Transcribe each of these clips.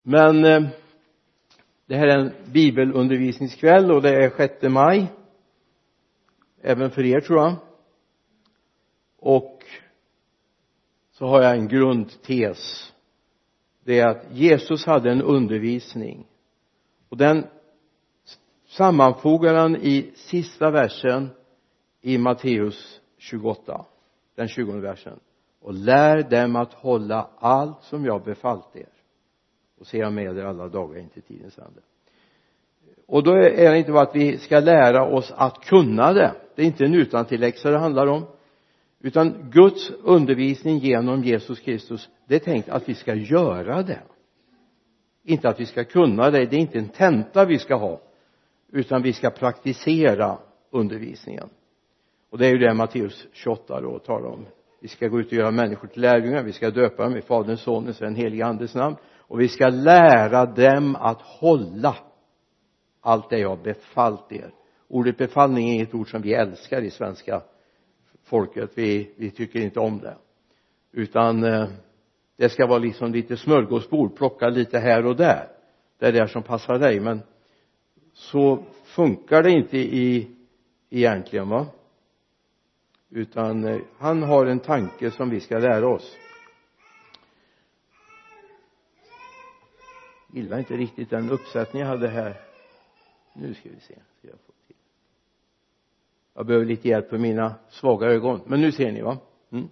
Men det här är en bibelundervisningskväll och det är 6 maj även för er, tror jag. Och så har jag en grundtes. Det är att Jesus hade en undervisning och den sammanfogar han i sista versen i Matteus 28, den 20:e versen. Och lär dem att hålla allt som jag befallt er, och se jag med er alla dagar in till tidens ände. Och då är det inte bara att vi ska lära oss att kunna det. Det är inte en utantilläxa det handlar om, utan Guds undervisning genom Jesus Kristus, det är tänkt att vi ska göra det, inte att vi ska kunna det. Det är inte en tenta vi ska ha, utan vi ska praktisera undervisningen. Och det är ju det Matteus 28 då talar om. Vi ska gå ut och göra människor till lärjungar. Vi ska döpa dem i Faderns, Sonens och den helige Andes namn. Och vi ska lära dem att hålla allt det jag har befallt er. Ordet befallning är ett ord som vi älskar i svenska folket. Vi tycker inte om det. Utan det ska vara liksom lite smörgåsbord. Plocka lite här och där. Det är det som passar dig. Men så funkar det inte egentligen, va? Utan han har en tanke som vi ska lära oss. Gillar inte riktigt den uppsättning jag hade här. Nu ska vi se. Jag behöver lite hjälp för mina svaga ögon. Men nu ser ni, va?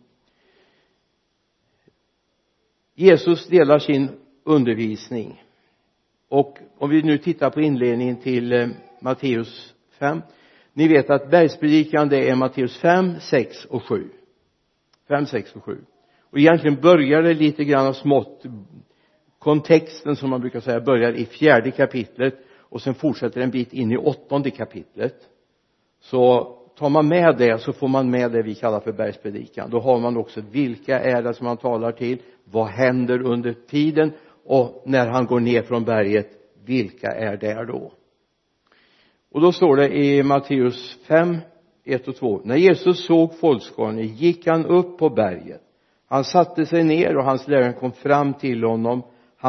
Jesus delar sin undervisning. Och om vi nu tittar på inledningen till Matteus 5. Ni vet att bergspredikan, det är Matteus 5, 6 och 7. 5, 6 och 7. Och egentligen börjar det lite grann smått. Kontexten, som man brukar säga, börjar i 4:e kapitlet. Och sen fortsätter en bit in i 8:e kapitlet. Så tar man med det, så får man med det vi kallar för bergspredikan. Då har man också vilka är det som man talar till. Vad händer under tiden. Och när han går ner från berget, vilka är där då? Och då står det i Matteus 5, 1 och 2. När Jesus såg folkskaran gick han upp på berget. Han satte sig ner och hans lärare kom fram till honom.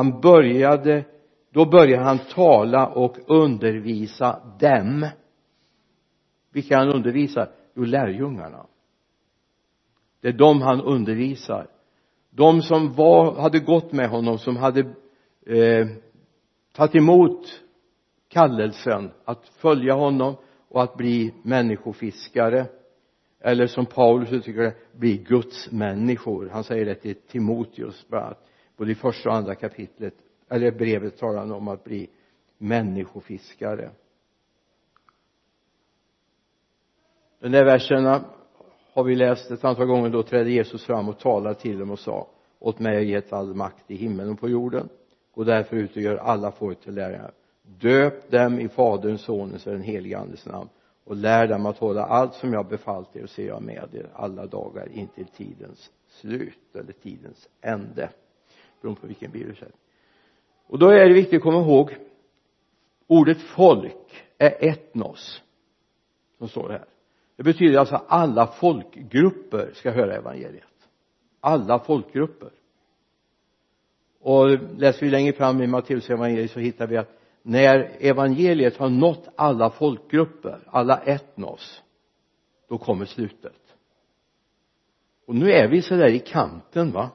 Då började han tala och undervisa dem. Vilka han undervisar? Jo, lärjungarna. Det är dem han undervisar. De som hade gått med honom, som hade tagit emot kallelsen att följa honom och att bli människofiskare, eller som Paulus uttrycker det, bli Guds människor. Han säger det till Timoteus, både i 1:a och 2:a kapitlet, eller brevet talar han om att bli människofiskare. Den där verserna har vi läst ett antal gånger. Då trädde Jesus fram och talade till dem och sa: åt mig är gett all makt i himlen och på jorden. Gå därför ut och gör alla folk till lärjungar. Döp dem i Faderns, Sonens och den helige Andes namn. Och lär dem att hålla allt som jag befallt er, och se jag med er alla dagar in till tidens slut, eller tidens ände. Beroende på vilken bibelöversättning. Och då är det viktigt att komma ihåg, ordet folk är etnos, som står det här. Det betyder alltså att alla folkgrupper ska höra evangeliet. Alla folkgrupper. Och läser vi längre fram i Matteus evangeliet, så hittar vi att när evangeliet har nått alla folkgrupper, alla etnos, då kommer slutet. Och nu är vi så där i kanten, va?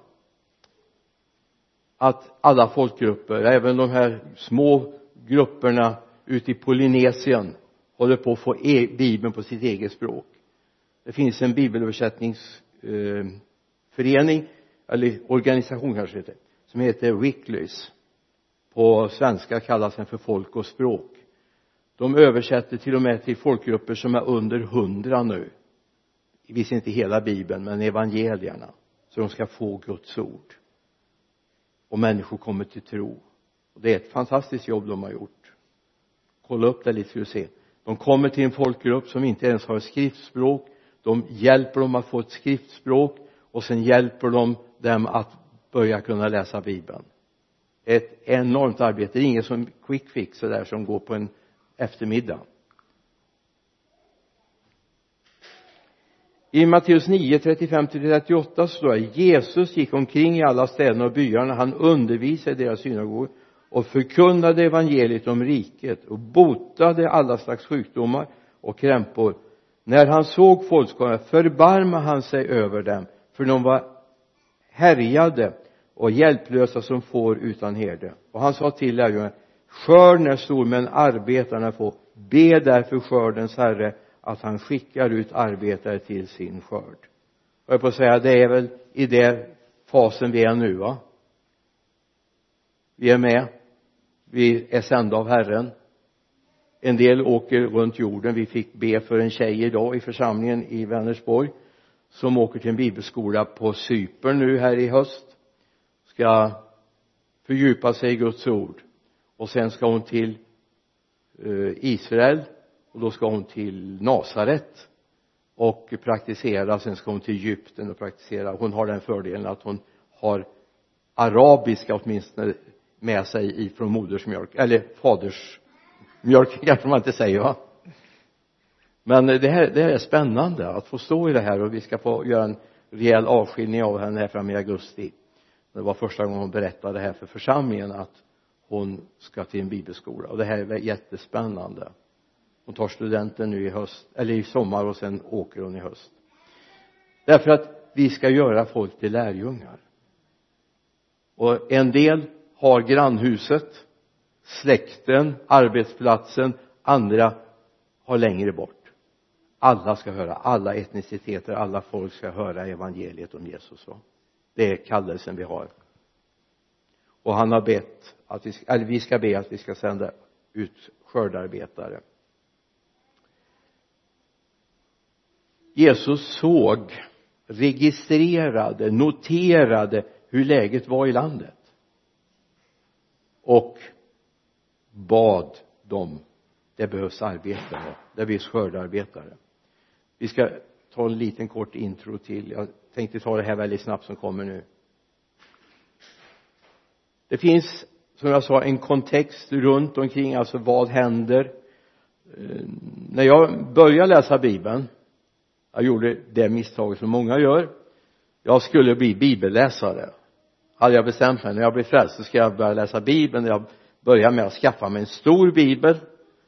Att alla folkgrupper, även de här små grupperna ute i Polynesien, håller på att få Bibeln på sitt eget språk. Det finns en bibelöversättningsförening, eller organisation kanske heter, som heter Wycliffe. På svenska kallas den för Folk och språk. De översätter till och med till folkgrupper som är under 100 nu. Visst inte hela Bibeln, men evangelierna. Så de ska få Guds ord. Och människor kommer till tro. Och det är ett fantastiskt jobb de har gjort. Kolla upp det lite för att se. De kommer till en folkgrupp som inte ens har ett skriftspråk. De hjälper dem att få ett skriftspråk. Och sen hjälper de dem att börja kunna läsa Bibeln. Ett enormt arbete. Det är ingen som quick fix så där som går på en eftermiddag. I Matteus 9, 35-38 står det: Jesus gick omkring i alla städerna och byarna. Han undervisade i deras synagogor och förkunnade evangeliet om riket och botade alla slags sjukdomar och krämpor. När han såg folkskaran förbarmade han sig över dem, för de var härjade och hjälplösa som får utan herde. Och han sa till lärjungarna: skörden är stor men arbetarna få. Be därför skördens herre att han skickar ut arbetare till sin skörd. Och jag får säga, det är väl i det fasen vi är nu, va? Vi är med. Vi är sända av Herren. En del åker runt jorden. Vi fick be för en tjej idag i församlingen i Vänersborg som åker till en bibelskola på Cypern nu här i höst. Ska fördjupa sig i Guds ord. Och sen ska hon till Israel. Och då ska hon till Nasaret och praktisera. Sen ska hon till Egypten och praktisera. Hon har den fördelen att hon har arabiska åtminstone med sig ifrån modersmjölk. Eller fadersmjölk kanske man inte säger, va? Men det här är spännande att få stå i det här. Och vi ska få göra en rejäl avskiljning av henne här fram i augusti. Det var första gången hon berättade här för församlingen att hon ska till en bibelskola. Och det här är jättespännande. Hon tar studenten nu i höst, eller i sommar, och sen åker hon i höst. Därför att vi ska göra folk till lärjungar. Och en del har grannhuset, släkten, arbetsplatsen. Andra har längre bort. Alla ska höra, alla etniciteter, alla folk ska höra evangeliet om Jesus. Det är kallelsen vi har. Och han har bett att vi ska be att vi ska sända ut skördarbetare. Jesus såg, registrerade, noterade hur läget var i landet. Och bad dem, det behövs arbetare, det behövs skördarbetare. Vi ska ta en liten kort intro till. Jag tänkte ta det här väldigt snabbt som kommer nu. Det finns, som jag sa, en kontext runt omkring, alltså vad händer. När jag började läsa Bibeln, jag gjorde det misstaget som många gör. Jag skulle bli bibelläsare. Hade jag bestämt mig, när jag blir frälst så ska jag börja läsa Bibeln. Jag började med att skaffa mig en stor bibel.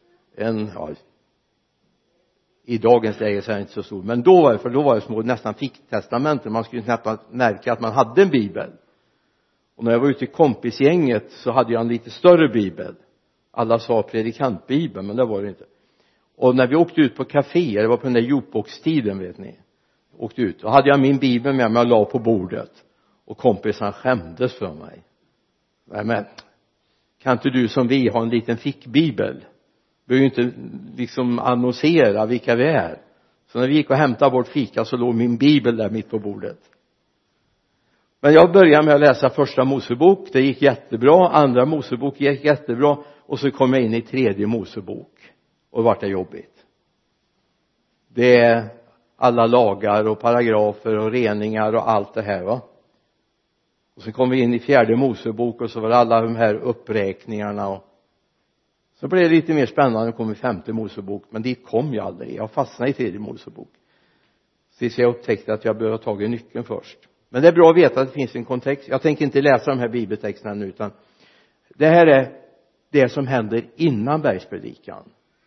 I dagens läge så är den inte så stor. Men då var det små, nästan ficktestamenten. Man skulle knappt märka att man hade en bibel. Och när jag var ute i kompisgänget så hade jag en lite större bibel. Alla sa predikantbibeln, men det var det inte. Och när vi åkte ut på kaféer, det var på den där jukebox-tiden, vet ni. Åkte ut, och hade jag min bibel med mig och la på bordet. Och kompisen skämdes för mig. Men kan inte du som vi ha en liten fickbibel? Behöver ju inte liksom annonsera vilka vi är. Så när vi gick och hämtade vårt fika så låg min bibel där mitt på bordet. Men jag började med att läsa första Mosebok. Det gick jättebra. Andra Mosebok gick jättebra. Och så kom jag in i tredje Mosebok. Och vart det jobbigt. Det är alla lagar och paragrafer och reningar och allt det här, va. Och så kom vi in i fjärde Mosebok och så var det alla de här uppräkningarna. Och så blev det lite mer spännande att komma i femte Mosebok. Men dit kom jag aldrig. Jag fastnade i tredje Mosebok. Tills jag upptäckte att jag behöver ta tag i nyckeln först. Men det är bra att veta att det finns en kontext. Jag tänker inte läsa de här bibeltexterna nu, utan det här är det som händer innan bergspredikan.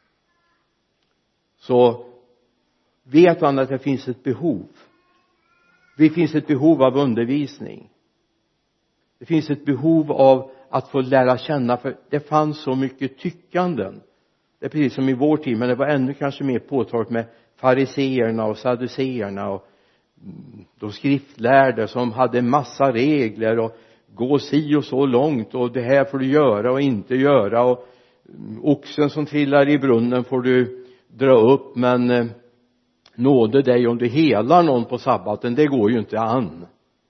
Så vet man att det finns ett behov. Det finns ett behov av undervisning. Det finns ett behov av att få lära känna, för det fanns så mycket tyckanden. Det är precis som i vår tid, men det var ännu kanske mer påtagligt med fariseerna och sadduceerna och de skriftlärde som hade massa regler och gå si och så långt och det här får du göra och inte göra, och oxen som trillar i brunnen får du dra upp, men nåde dig om du helar någon på sabbaten, det går ju inte an.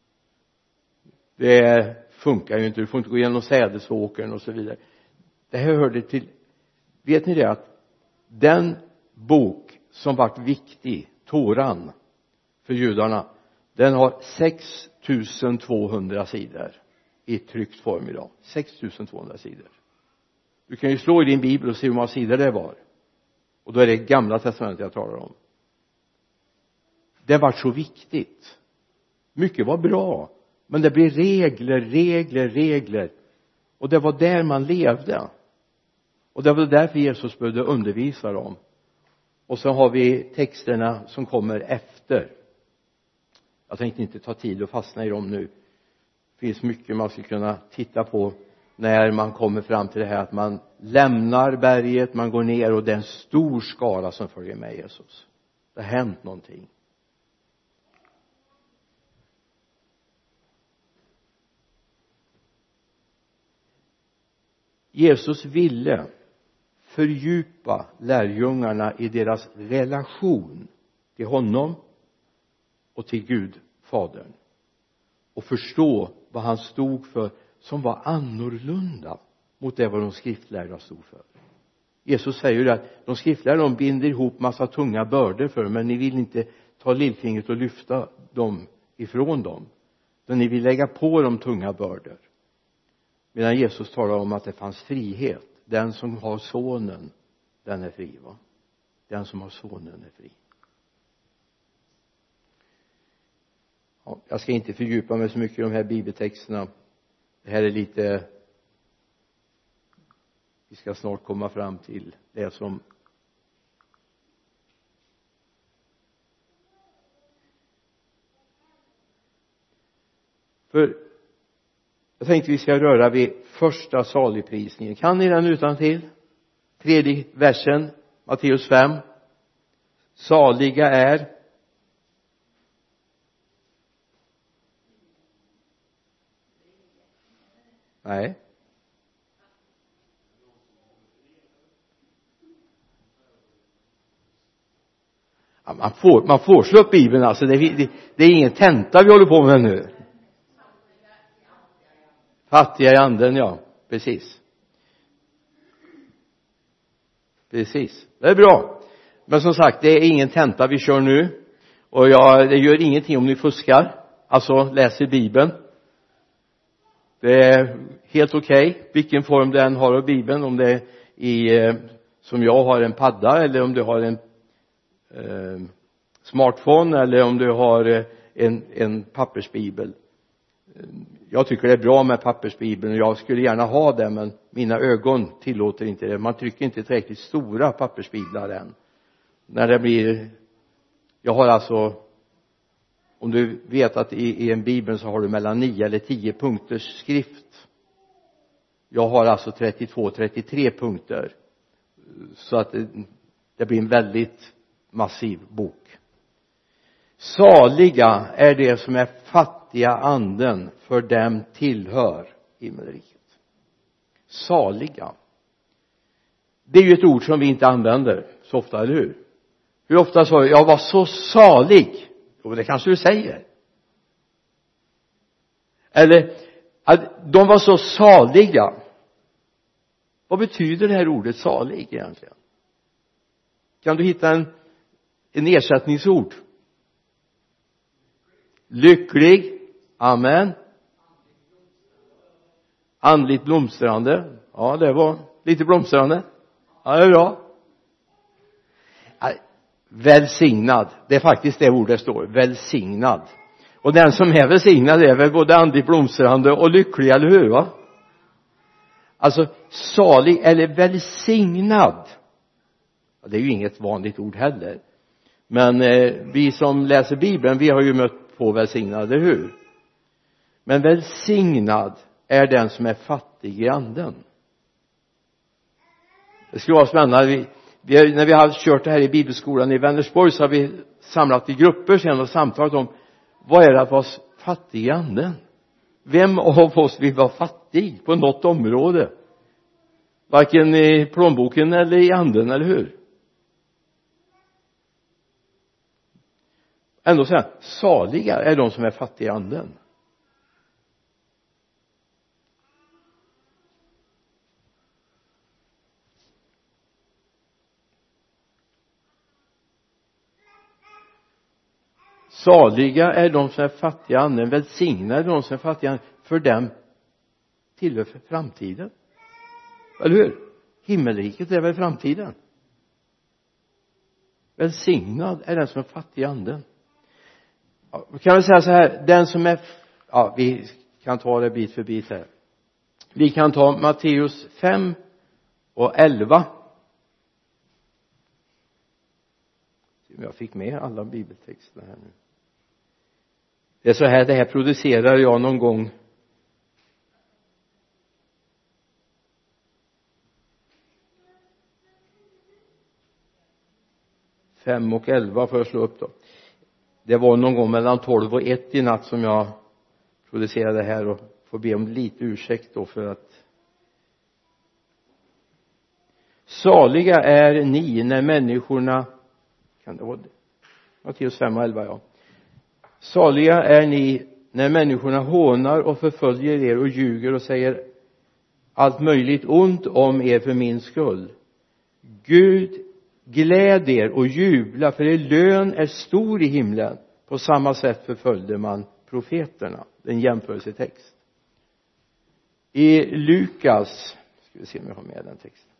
Det funkar ju inte, du får inte gå igenom sädesåkern och så vidare. Det här hörde till, vet ni det, att den bok som varit viktig, Toran, för judarna, den har 6200 sidor i tryckt form idag. 6200 sidor. Du kan ju slå i din bibel och se hur många sidor det var. Och då är det gamla testamentet jag talar om. Det var så viktigt. Mycket var bra. Men det blir regler. och det var där man levde, och det var därför Jesus började undervisa dem. Och så har vi texterna som kommer efter. Jag tänkte inte ta tid att fastna i dem nu. Det finns mycket man ska kunna titta på när man kommer fram till det här att man lämnar berget, man går ner och det är en stor skara som följer med Jesus. Det har hänt någonting. Jesus ville fördjupa lärjungarna i deras relation till honom och till Gud, Fadern, och förstå vad han stod för som var annorlunda mot det vad de skriftlärda stod för. Jesus säger ju att de skriftlärda, de binder ihop massa tunga bördor för, men ni vill inte ta lillfingret och lyfta dem ifrån dem, utan ni vill lägga på dem tunga bördor. Medan Jesus talar om att det fanns frihet. Den som har sonen, den är fri, va? Den som har sonen är fri. Ja, jag ska inte fördjupa mig så mycket i de här bibeltexterna. Det här är lite, vi ska snart komma fram till det som för jag tänkte vi ska röra vid första saligprisningen. Kan ni den utan till? 3:e versen, Matteus 5. Saliga är nej. Ja, man får slå upp Bibeln alltså. Det är ingen tenta vi håller på med nu. Fattiga i anden, ja. Precis. Det är bra. Men som sagt, det är ingen tenta vi kör nu. Och det gör ingenting om ni fuskar. Alltså läser Bibeln. Det är helt okej. Vilken form den har av Bibeln. Om det är som jag har en padda. Eller om du har en smartphone. Eller om du har en pappersbibel. Jag tycker det är bra med pappersbibeln och jag skulle gärna ha det, men mina ögon tillåter inte det. Man trycker inte tillräckligt stora pappersbiblar än. När det blir, jag har alltså, om du vet att i en bibel så har du mellan 9 eller 10 punkters skrift. Jag har alltså 32-33 punkter. Så att det blir en väldigt massiv bok. Saliga är det som är fattiga anden, för dem tillhör himmelriket. Saliga. Det är ju ett ord som vi inte använder så ofta, eller hur? Hur ofta sa jag var så salig? Jo, det kanske du säger. Eller att de var så saliga. Vad betyder det här ordet salig egentligen? Kan du hitta en ersättningsord? Lycklig. Amen. Andligt blomstrande. Ja, det var lite blomstrande. Ja, det är bra. Välsignad. Det är faktiskt det ordet står. Välsignad. Och den som är välsignad är väl både andligt blomstrande och lycklig, eller hur, va? Alltså salig eller välsignad. Det är ju inget vanligt ord heller. Men vi som läser Bibeln, vi har ju mött på välsignad, eller hur? Men välsignad är den som är fattig i anden. Det skulle vara spännande. När vi har kört det här i bibelskolan i Vänersborg så har vi samlat i grupper sen och samtalat om vad är det att vara fattig i anden? Vem av oss vill vara fattig på något område? Varken i plånboken eller i anden, eller hur? Ändå säga, saliga är de som är fattiga i anden. Saliga är de som är fattiga i anden. Välsignade är de som är fattiga i anden. För dem tillhör för framtiden. Eller hur? Himmelriket är väl framtiden. Välsignad är den som är fattig i anden. Ja, kan vi säga så här. Den som är... Ja, vi kan ta det bit för bit här. Vi kan ta Matteus 5 och 11. Jag fick med alla bibeltexter här nu. Det är så här, det här producerar jag någon gång Fem och 11 får jag slå upp då. Det var någon gång mellan 12 och 1 i natt som jag producerade här och får be om lite ursäkt då för att saliga är ni när människorna, kan det vara det? Matteus 5 och 11, ja. Saliga är ni när människorna hånar och förföljer er och ljuger och säger allt möjligt ont om er för min skull. Gud gläd er och jubla, för er lön är stor i himlen. På samma sätt förföljde man profeterna. En jämförelsetext. I Lukas, ska vi se om jag har med den texten.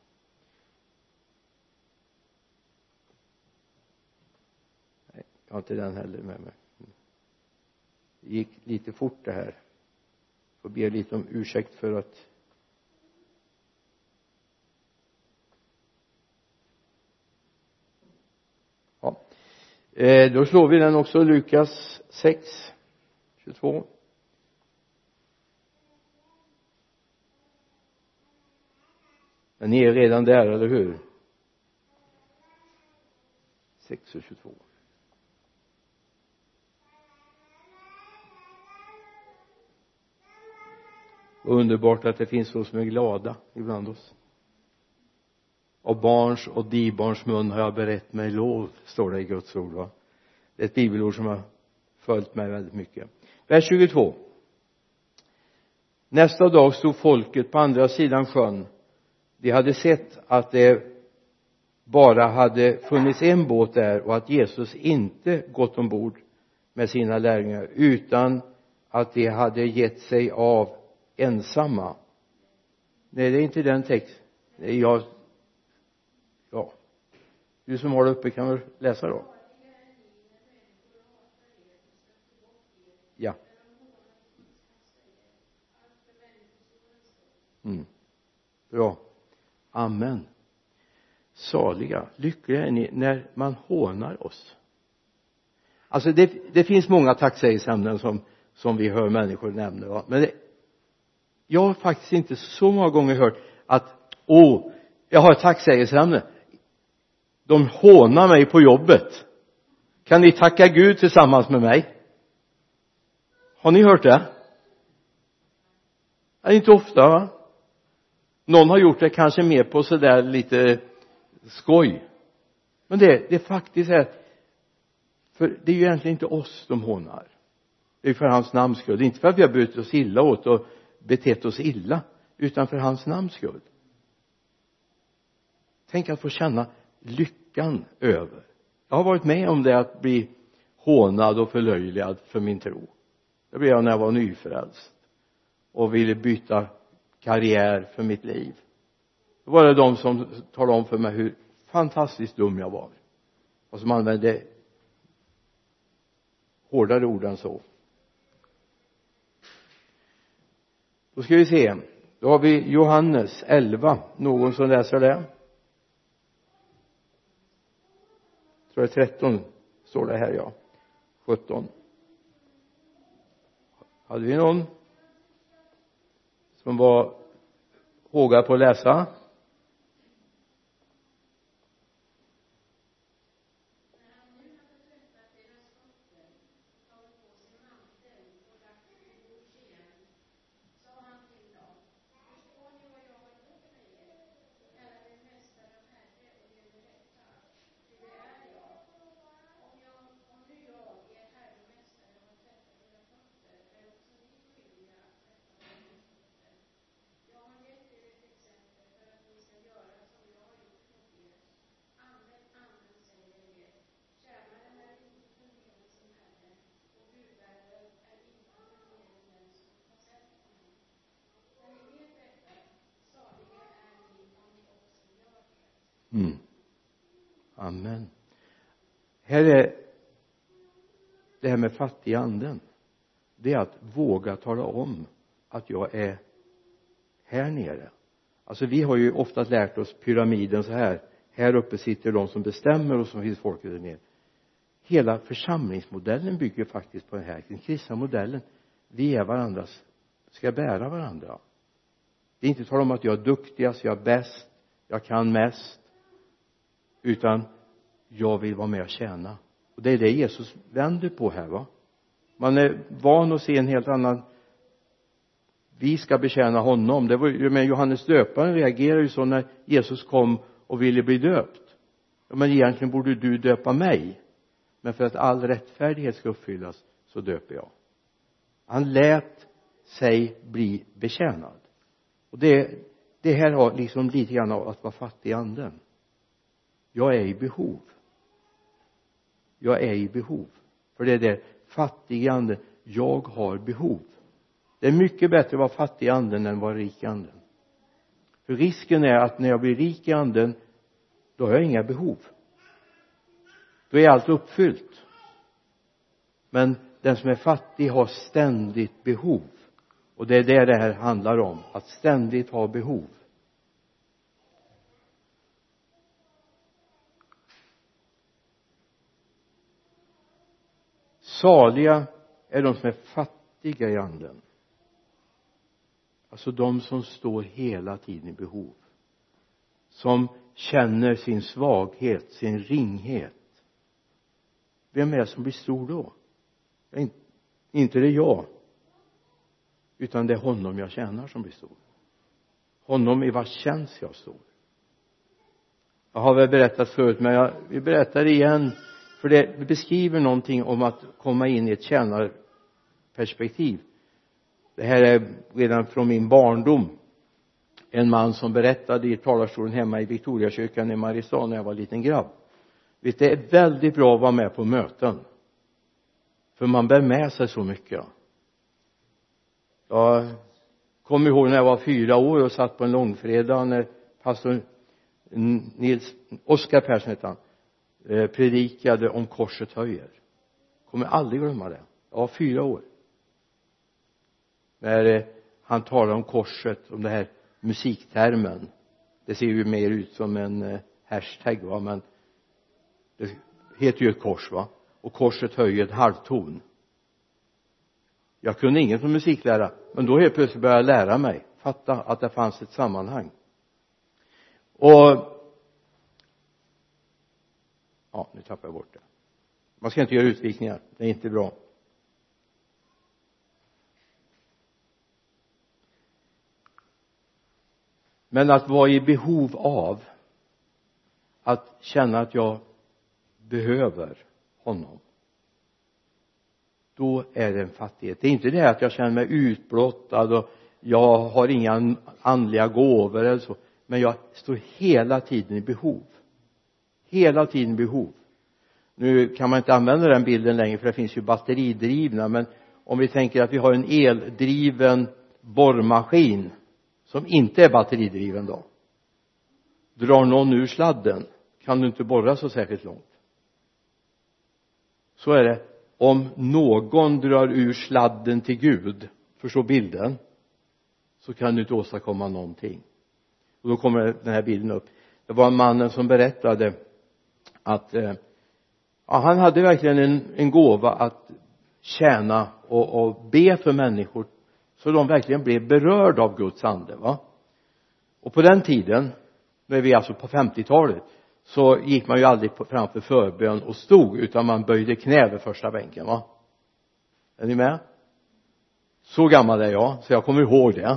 Nej, jag har inte den heller med mig. Det gick lite fort det här. Får be lite om ursäkt för att då slår vi den också, Lukas 6, 22. Men ni är redan där, eller hur? 6 och 22. Underbart att det finns de som är glada ibland oss. Av barns och dibarns mun har jag berett mig lov, står det i Guds ord, va? Det är ett bibelord som har följt mig väldigt mycket. Vers 22. Nästa dag stod folket på andra sidan sjön. De hade sett att det bara hade funnits en båt där och att Jesus inte gått ombord med sina lärjungar, utan att de hade gett sig av ensamma. Nej, det är inte den text. Ja, du som har det uppe kan väl läsa då. Ja. Bra. Amen. Saliga, lyckliga är ni när man hånar oss. Alltså det finns många tacksägelseämnen som vi hör människor nämna, va? Men jag har faktiskt inte så många gånger hört att jag har ett tacksägelseämne. De hånar mig på jobbet. Kan ni tacka Gud tillsammans med mig? Har ni hört det? Det är inte ofta, va? Någon har gjort det kanske mer på så där lite skoj. Men det är faktiskt här. För det är ju egentligen inte oss de hånar. Det är för hans namns skull. Det är inte för att vi har burit oss illa åt och betett oss illa, utan för hans namns skull. Tänk att få känna lyckan över. Jag har varit med om det, att bli hånad och förlöjligad för min tro. Det blev jag när jag var nyfrälst och ville byta karriär för mitt liv. Då var det de som talade om för mig hur fantastiskt dum jag var, och som använde hårdare ord än så. Då ska vi se. Då har vi Johannes 11. Någon som läser det? Jag tror det är 13 står det här, ja. 17. Hade vi någon som var hågad på att läsa? Amen. Här är det här med fattig anden. Det är att våga tala om att jag är här nere. Alltså vi har ju ofta lärt oss pyramiden så här. Här uppe sitter de som bestämmer och så finns folket där nere. Hela församlingsmodellen bygger faktiskt på den här. Den kristna modellen. Vi är varandras, ska bära varandra. Det är inte tal om att jag är duktigast, jag är bäst, jag kan mest. Utan jag vill vara med och tjäna. Och det är det Jesus vänder på här, va. Man är van att se en helt annan. Vi ska betjäna honom. Det var ju med Johannes döparen reagerade ju så när Jesus kom och ville bli döpt. Ja, men egentligen borde du döpa mig. Men för att all rättfärdighet ska uppfyllas så döper jag. Han lät sig bli betjänad. Och det här har liksom lite grann av att vara fattig i anden. Jag är i behov. Jag är i behov. För det är det fattig i anden. Jag har behov. Det är mycket bättre att vara fattig i anden än att vara rik i anden. För risken är att när jag blir rik i anden, då har jag inga behov. Då är allt uppfyllt. Men den som är fattig har ständigt behov. Och det är det här handlar om. Att ständigt ha behov. Saliga är de som är fattiga i anden. Alltså de som står hela tiden i behov. Som känner sin svaghet, sin ringhet. Vem är det som blir stor då? Inte det jag. Utan det är honom jag tjänar som blir stor. Honom i vars tjänst jag står. Jag har väl berättat förut, men vi berättar igen. För det beskriver någonting om att komma in i ett tjänarperspektiv. Det här är redan från min barndom. En man som berättade i talarstolen hemma i Victoriakyrkan i Mariestad när jag var liten grabb. Vet, det är väldigt bra att vara med på möten. För man bär med sig så mycket. Jag kommer ihåg när jag var 4 år och satt på en långfredag när pastor Oskar Persson heter han, predikade om korset höjer. Kommer aldrig glömma det. Jag var 4 år. När han talar om korset, om det här musiktermen. Det ser ju mer ut som en hashtag, va, men det heter ju ett kors, va, och korset höjer ett halvton. Jag kunde inget som musiklära, men då helt plötsligt började jag lära mig, fatta att det fanns ett sammanhang. Och nu tappar jag bort det. Man ska inte göra utvikningar, det är inte bra. Men att vara i behov av att känna att jag behöver honom, då är det en fattighet. Det är inte det att jag känner mig utblottad och jag har inga andliga gåvor eller så, men jag står hela tiden i behov. Hela tiden i behov. Nu kan man inte använda den bilden längre, för det finns ju batteridrivna, men om vi tänker att vi har en eldriven borrmaskin som inte är batteridriven då. Drar någon ur sladden kan du inte borra så särskilt långt. Så är det om någon drar ur sladden till Gud, förstår bilden, så kan du inte åstadkomma någonting. Och då kommer den här bilden upp. Det var en mannen som berättade att han hade verkligen en gåva att tjäna och be för människor så de verkligen blev berörda av Guds ande, va. Och på den tiden, nu är vi alltså på 50-talet, så gick man ju aldrig framför förbön och stod, utan man böjde knä vid första bänken, va. Är ni med? Så gammal är jag, så jag kommer ihåg det.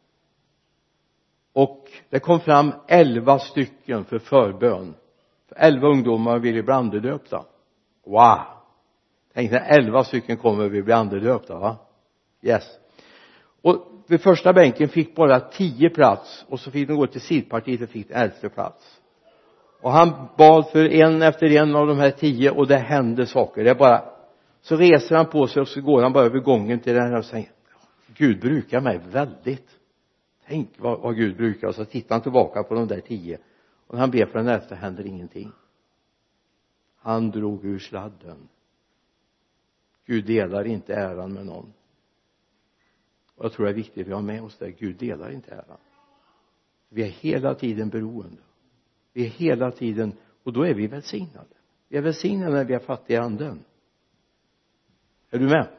Och det kom fram 11 stycken för förbön. 11 ungdomar ville bli andedöpta. Wow! Tänk när 11 stycken kommer och vill bli andedöpta, va? Yes. Och vid första bänken fick bara 10 plats, och så fick de gå till sidpartiet och fick 11:e plats. Och han bad för en efter en av de här 10, och det hände saker. Det är bara, så reser han på sig och så går han bara över gången till den här och säger: Gud brukar mig väldigt. Tänk vad Gud brukar. Och så tittar han tillbaka på de där 10. Och när han ber för den 11:e händer ingenting. Han drog ur sladden. Gud delar inte äran med någon. Och jag tror det är viktigt att vi har med oss det. Gud delar inte äran. Vi är hela tiden beroende. Vi är hela tiden, och då är vi välsignade. Vi är välsignade när vi är fattiga i anden. Är du med?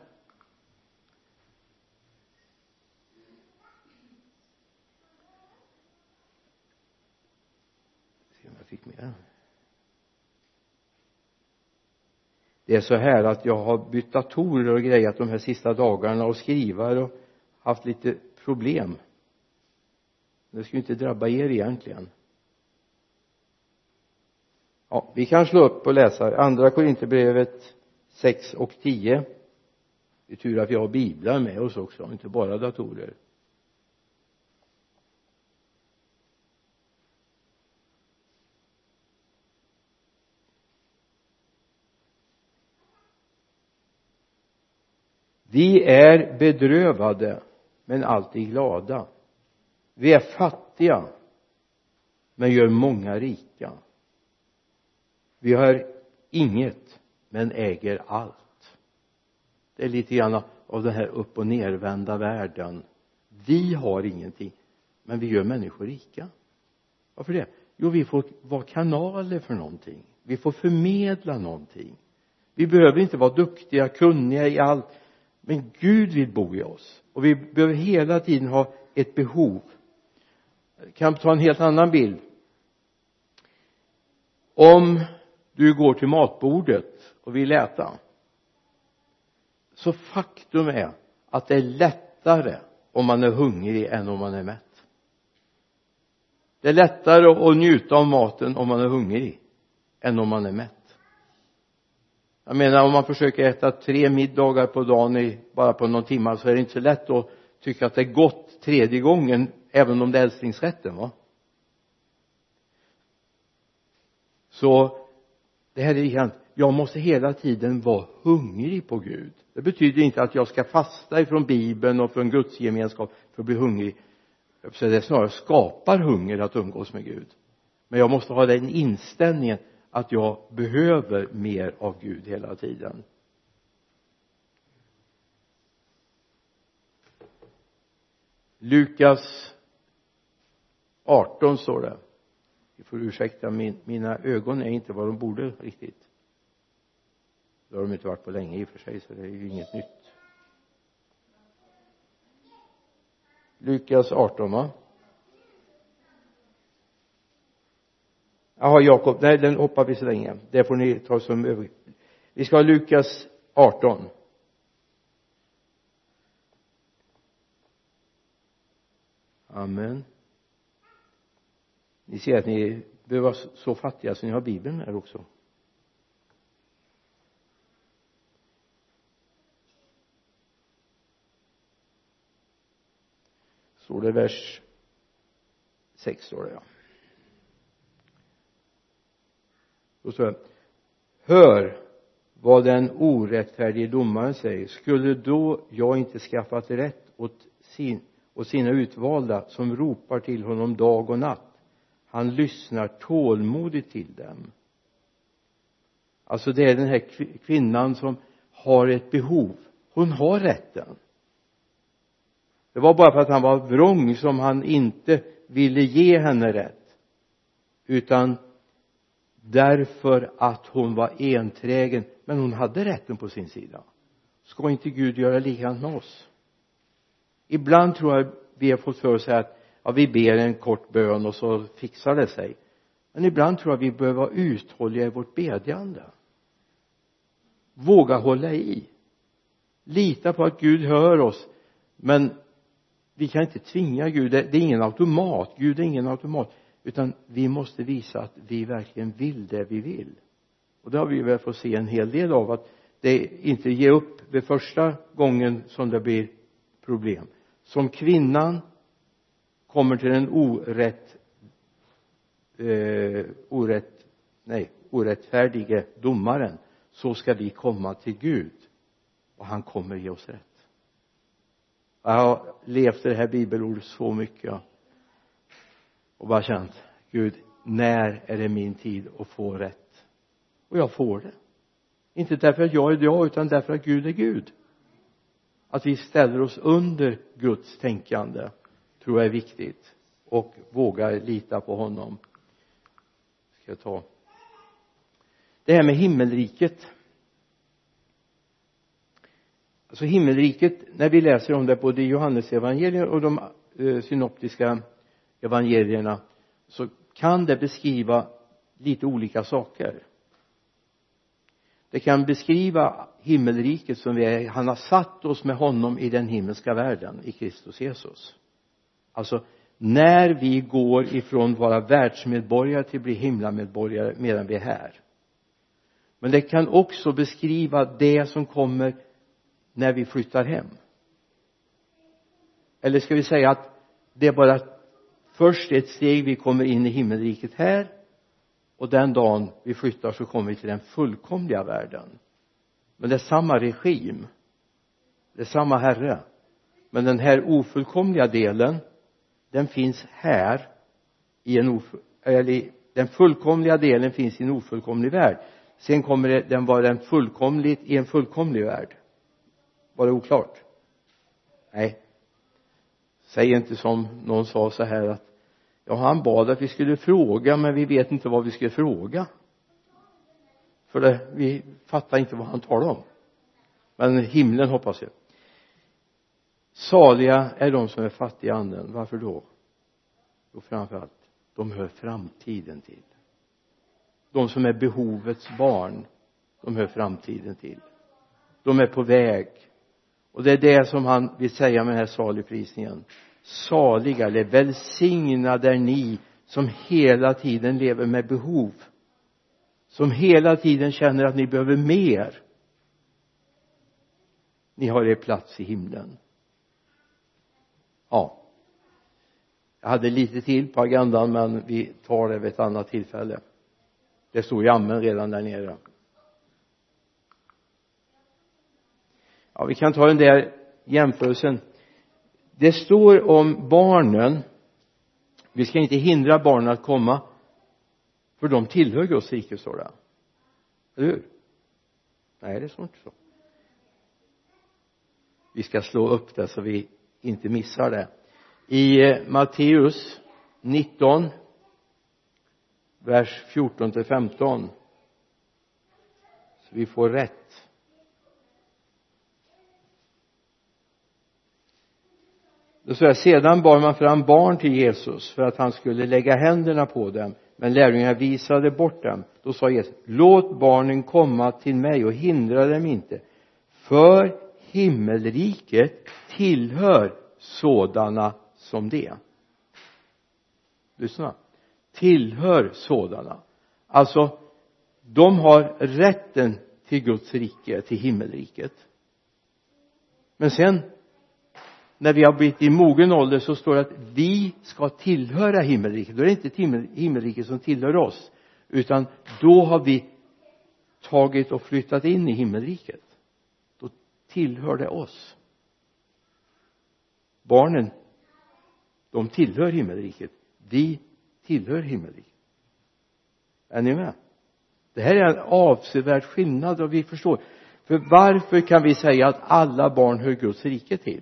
Se om jag fick med. Det är så här att jag har bytt datorer och grejat de här sista dagarna och skrivare och haft lite problem. Det skulle inte drabba er egentligen. Ja, vi kan slå upp och läsa andra Korinthierbrevet 6 och 10. Det är tur att vi har biblar med oss också, inte bara datorer. Vi är bedrövade men alltid glada. Vi är fattiga men gör många rika. Vi har inget men äger allt. Det är lite grann av den här upp- och nervända världen. Vi har ingenting men vi gör människor rika. Varför det? Jo, vi får vara kanaler för någonting. Vi får förmedla någonting. Vi behöver inte vara duktiga, kunniga i allt. Men Gud vill bo i oss. Och vi behöver hela tiden ha ett behov. Jag kan ta en helt annan bild. Om du går till matbordet och vill äta, så faktum är att det är lättare om man är hungrig än om man är mätt. Det är lättare att njuta av maten om man är hungrig än om man är mätt. Jag menar, om man försöker äta 3 middagar på dagen bara på någon timme, så är det inte så lätt att tycka att det är gott tredje gången, även om det är älsklingsrätten, va? Så det här är likadant. Jag måste hela tiden vara hungrig på Gud. Det betyder inte att jag ska fasta ifrån Bibeln och från Guds gemenskap för att bli hungrig. Så det snarare skapar hunger att umgås med Gud. Men jag måste ha den inställningen att jag behöver mer av Gud hela tiden. Lukas 18 står det. Vi får ursäkta, mina ögon är inte vad de borde riktigt. Det har de inte varit på länge i och för sig, så det är ju inget nytt. Lukas 18, va? Jaha, Jakob, nej, den hoppar vi så länge. Det får ni ta som över. Vi ska ha Lukas 18. Amen. Ni ser att ni behöver vara så fattiga så ni har Bibeln här också. Så det vers 6 står det, ja. Då står det: hör vad den orättfärdige domaren säger. Skulle då jag inte skaffat rätt åt sina utvalda som ropar till honom dag och natt? Han lyssnar tålmodigt till dem. Alltså det är den här kvinnan som har ett behov. Hon har rätten. Det var bara för att han var vrång som han inte ville ge henne rätt. Utan därför att hon var enträgen. Men hon hade rätten på sin sida. Ska inte Gud göra likadant med oss? Ibland tror jag vi har fått för oss att ja, vi ber en kort bön och så fixar det sig. Men ibland tror jag vi behöver vara uthålliga i vårt bedjande. Våga hålla i. Lita på att Gud hör oss. Men vi kan inte tvinga Gud. Det är ingen automat. Gud är ingen automat. Utan vi måste visa att vi verkligen vill det vi vill. Och det har vi väl fått se en hel del av. Att det inte ger upp vid första gången som det blir problem. Som kvinnan kommer till en orättfärdige domaren, så ska vi komma till Gud och han kommer ge oss rätt. Jag har levt det här bibelordet så mycket och bara känt, Gud, när är det min tid att få rätt? Och jag får det. Inte därför att jag är jag, utan därför att Gud är Gud. att vi ställer oss under Guds tänkande tror jag är viktigt och vågar lita på honom. Ska jag ta det här med himmelriket. Alltså himmelriket, när vi läser om det både i Johannes evangeliet och de synoptiska evangelierna, så kan det beskriva lite olika saker. Det kan beskriva himmelriket som han har satt oss med honom i den himmelska världen i Kristus Jesus. Alltså när vi går ifrån vara världsmedborgare till att bli himlamedborgare medan vi är här. Men det kan också beskriva det som kommer när vi flyttar hem. Eller ska vi säga att det är bara först ett steg vi kommer in i himmelriket här, och den dagen vi flyttar så kommer vi till den fullkomliga världen. Men det är samma regim, det är samma Herre, men den här ofullkomliga delen, den finns här i den fullkomliga delen finns i en ofullkomlig värld. Sen kommer den vara den fullkomligt i en fullkomlig värld. Var det oklart? Nej. Säg inte som någon sa så här att han bad att vi skulle fråga, men vi vet inte vad vi ska fråga. För vi fattar inte vad han talar om. Men himlen hoppas jag. Saliga är de som är fattiga i anden. Varför då? Jo, framförallt, de hör framtiden till. De som är behovets barn, de hör framtiden till. De är på väg. Och det är det som han vill säga med den här saligprisningen. Saliga eller välsignade är ni som hela tiden lever med behov. Som hela tiden känner att ni behöver mer. Ni har er plats i himlen. Ja. Jag hade lite till på agendan, men vi tar det vid ett annat tillfälle. Det står i amen redan där nere. Ja, vi kan ta den där jämförelsen. Det står om barnen. Vi ska inte hindra barnen att komma, för de tillhör Guds rike, står det. Eller hur? Nej, det står inte så. Vi ska slå upp det så vi inte missar det. I Matteus 19, vers 14-15. Så vi får rätt. Då säger jag, sedan bar man fram barn till Jesus för att han skulle lägga händerna på dem, men lärjungarna visade bort dem. Då sa Jesus, låt barnen komma till mig och hindra dem inte, för himmelriket tillhör sådana som det. Lyssna. Tillhör sådana. Alltså, de har rätten till Guds rike, till himmelriket. Men sen, när vi har blivit i mogen ålder, så står det att vi ska tillhöra himmelriket. Då är det inte himmelriket som tillhör oss, utan då har vi tagit och flyttat in i himmelriket. Då tillhör det oss. Barnen, de tillhör himmelriket. Vi tillhör himmelriket. Är ni med? Det här är en avsevärd skillnad, och vi förstår. För varför kan vi säga att alla barn hör Guds rike till?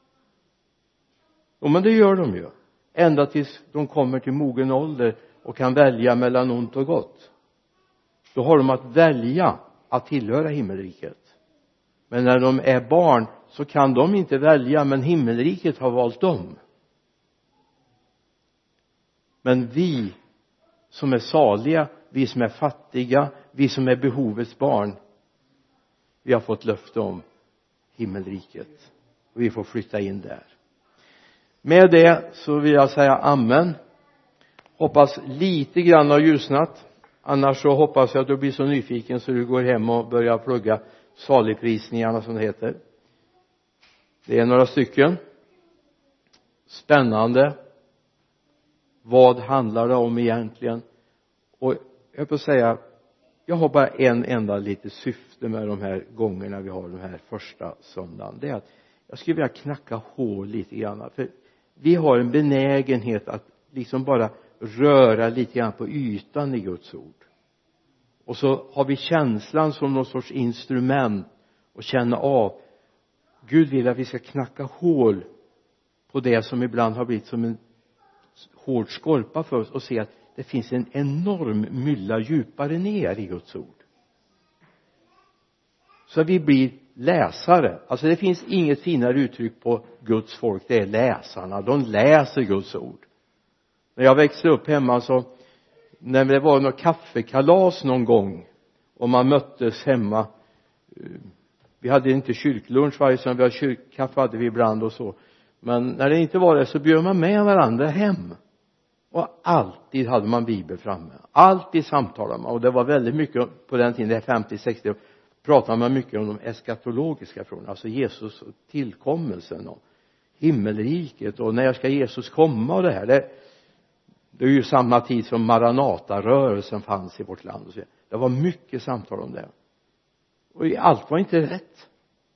Och men det gör de ju. Ända tills de kommer till mogen ålder och kan välja mellan ont och gott. Då har de att välja att tillhöra himmelriket. Men när de är barn så kan de inte välja, men himmelriket har valt dem. Men vi som är saliga, vi som är fattiga, vi som är behovets barn, vi har fått löfte om himmelriket. Och vi får flytta in där. Med det så vill jag säga amen. Hoppas lite grann har ljusnat. Annars så hoppas jag att du blir så nyfiken så du går hem och börjar plugga saligprisningarna som det heter. Det är några stycken. Spännande. Vad handlar det om egentligen? Och jag får säga, jag har bara en enda lite syfte med de här gångerna vi har den här första söndagen. Det är att jag skulle vilja knacka hål lite grann. För vi har en benägenhet att liksom bara röra lite grann på ytan i Guds ord. Och så har vi känslan som någon sorts instrument och känna av Gud vill att vi ska knacka hål på det som ibland har blivit som en hård skorpa för oss och se att det finns en enorm mylla djupare ner i Guds ord. Så vi blir läsare. Alltså det finns inget finare uttryck på Guds folk. Det är läsarna. De läser Guds ord. När jag växte upp hemma så när det var något kaffekalas någon gång och man möttes hemma, vi hade inte kyrklunch varje söndag, vi hade kyrkkaffe hade vi ibland och så, men när det inte var det så bjöd man med varandra hem och alltid hade man bibel framme, alltid samtalade man, och det var väldigt mycket på den tiden, det är 50-60, pratade man mycket om de eskatologiska frågorna, alltså Jesus och tillkommelsen och himmelriket och när ska Jesus komma och det här. Det är ju samma tid som Maranata-rörelsen fanns i vårt land. Det var mycket samtal om det. Och allt var inte rätt.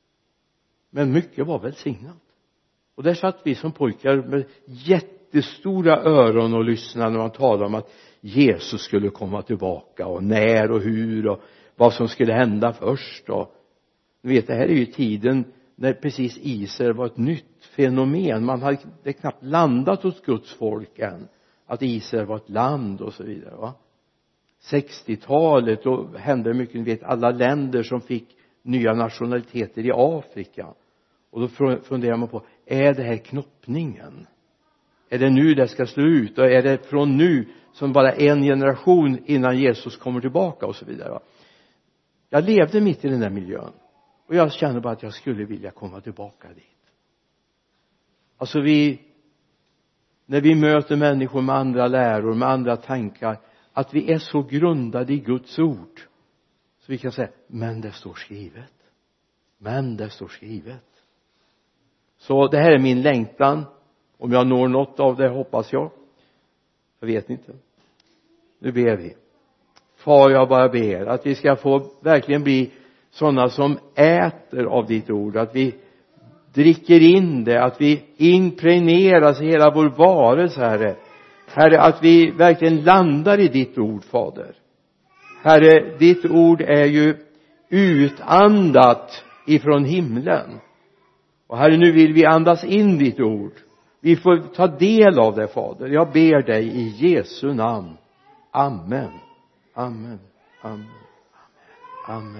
Men mycket var välsignat. Och där satt vi som pojkar med jättestora öron och lyssnade när man talade om att Jesus skulle komma tillbaka. Och när och hur och vad som skulle hända först. Och, ni vet, det här är ju tiden när precis Israel var ett nytt fenomen. Man hade knappt landat hos Guds folk än. Att Israel var ett land och så vidare, va? 60-talet då hände mycket, ni vet, alla länder som fick nya nationaliteter i Afrika. Och då funderar man på, är det här knoppningen? Är det nu det ska slå ut? Och är det från nu som bara en generation innan Jesus kommer tillbaka och så vidare, va? Jag levde mitt i den där miljön. Och jag kände bara att jag skulle vilja komma tillbaka dit. Alltså när vi möter människor med andra läror, med andra tankar, att vi är så grundade i Guds ord så vi kan säga, men det står skrivet, men det står skrivet. Så det här är min längtan. Om jag når något av det hoppas jag vet inte. Nu ber vi. Far, jag bara ber att vi ska få verkligen bli sådana som äter av ditt ord, att vi dricker in det, att vi impregneras i hela vår varelse, Herre, att vi verkligen landar i ditt ord, Fader. Herre, ditt ord är ju utandat ifrån himlen. Och Herre, nu vill vi andas in ditt ord. Vi får ta del av det, Fader. Jag ber dig i Jesu namn. Amen. Amen. Amen. Amen.